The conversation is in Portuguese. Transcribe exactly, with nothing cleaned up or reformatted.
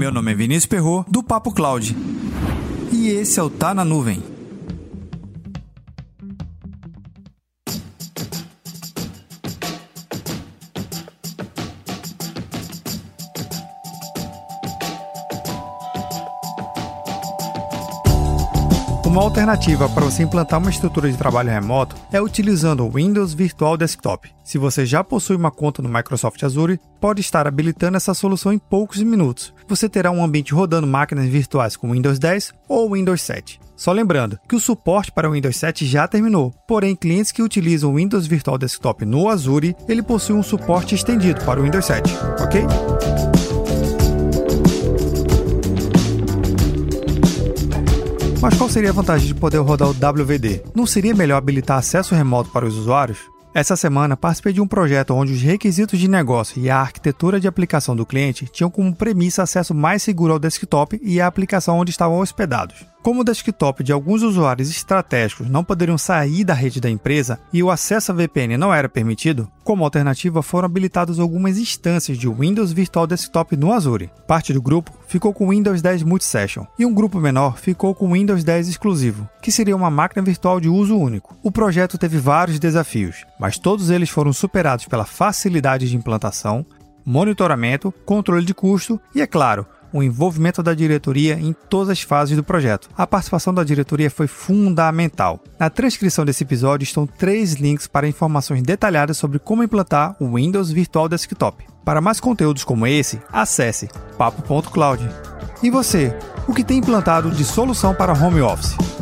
Meu nome é Vinícius Perro, do Papo Cloud. E esse é o Tá na Nuvem. Uma alternativa para você implantar uma estrutura de trabalho remoto é utilizando o Windows Virtual Desktop. Se você já possui uma conta no Microsoft Azure, pode estar habilitando essa solução em poucos minutos. Você terá um ambiente rodando máquinas virtuais com Windows dez ou Windows sete. Só lembrando que o suporte para o Windows sete já terminou, porém clientes que utilizam o Windows Virtual Desktop no Azure, ele possui um suporte estendido para o Windows sete, ok? Mas qual seria a vantagem de poder rodar o W V D? Não seria melhor habilitar acesso remoto para os usuários? Essa semana, participei de um projeto onde os requisitos de negócio e a arquitetura de aplicação do cliente tinham como premissa acesso mais seguro ao desktop e à aplicação onde estavam hospedados. Como o desktop de alguns usuários estratégicos não poderiam sair da rede da empresa e o acesso a V P N não era permitido, como alternativa foram habilitadas algumas instâncias de Windows Virtual Desktop no Azure. Parte do grupo ficou com Windows dez Multisession e um grupo menor ficou com Windows dez exclusivo, que seria uma máquina virtual de uso único. O projeto teve vários desafios, mas todos eles foram superados pela facilidade de implantação, monitoramento, controle de custo e, é claro, o envolvimento da diretoria em todas as fases do projeto. A participação da diretoria foi fundamental. Na transcrição desse episódio estão três links para informações detalhadas sobre como implantar o Windows Virtual Desktop. Para mais conteúdos como esse, acesse papo ponto cloud. E você, o que tem implantado de solução para home office?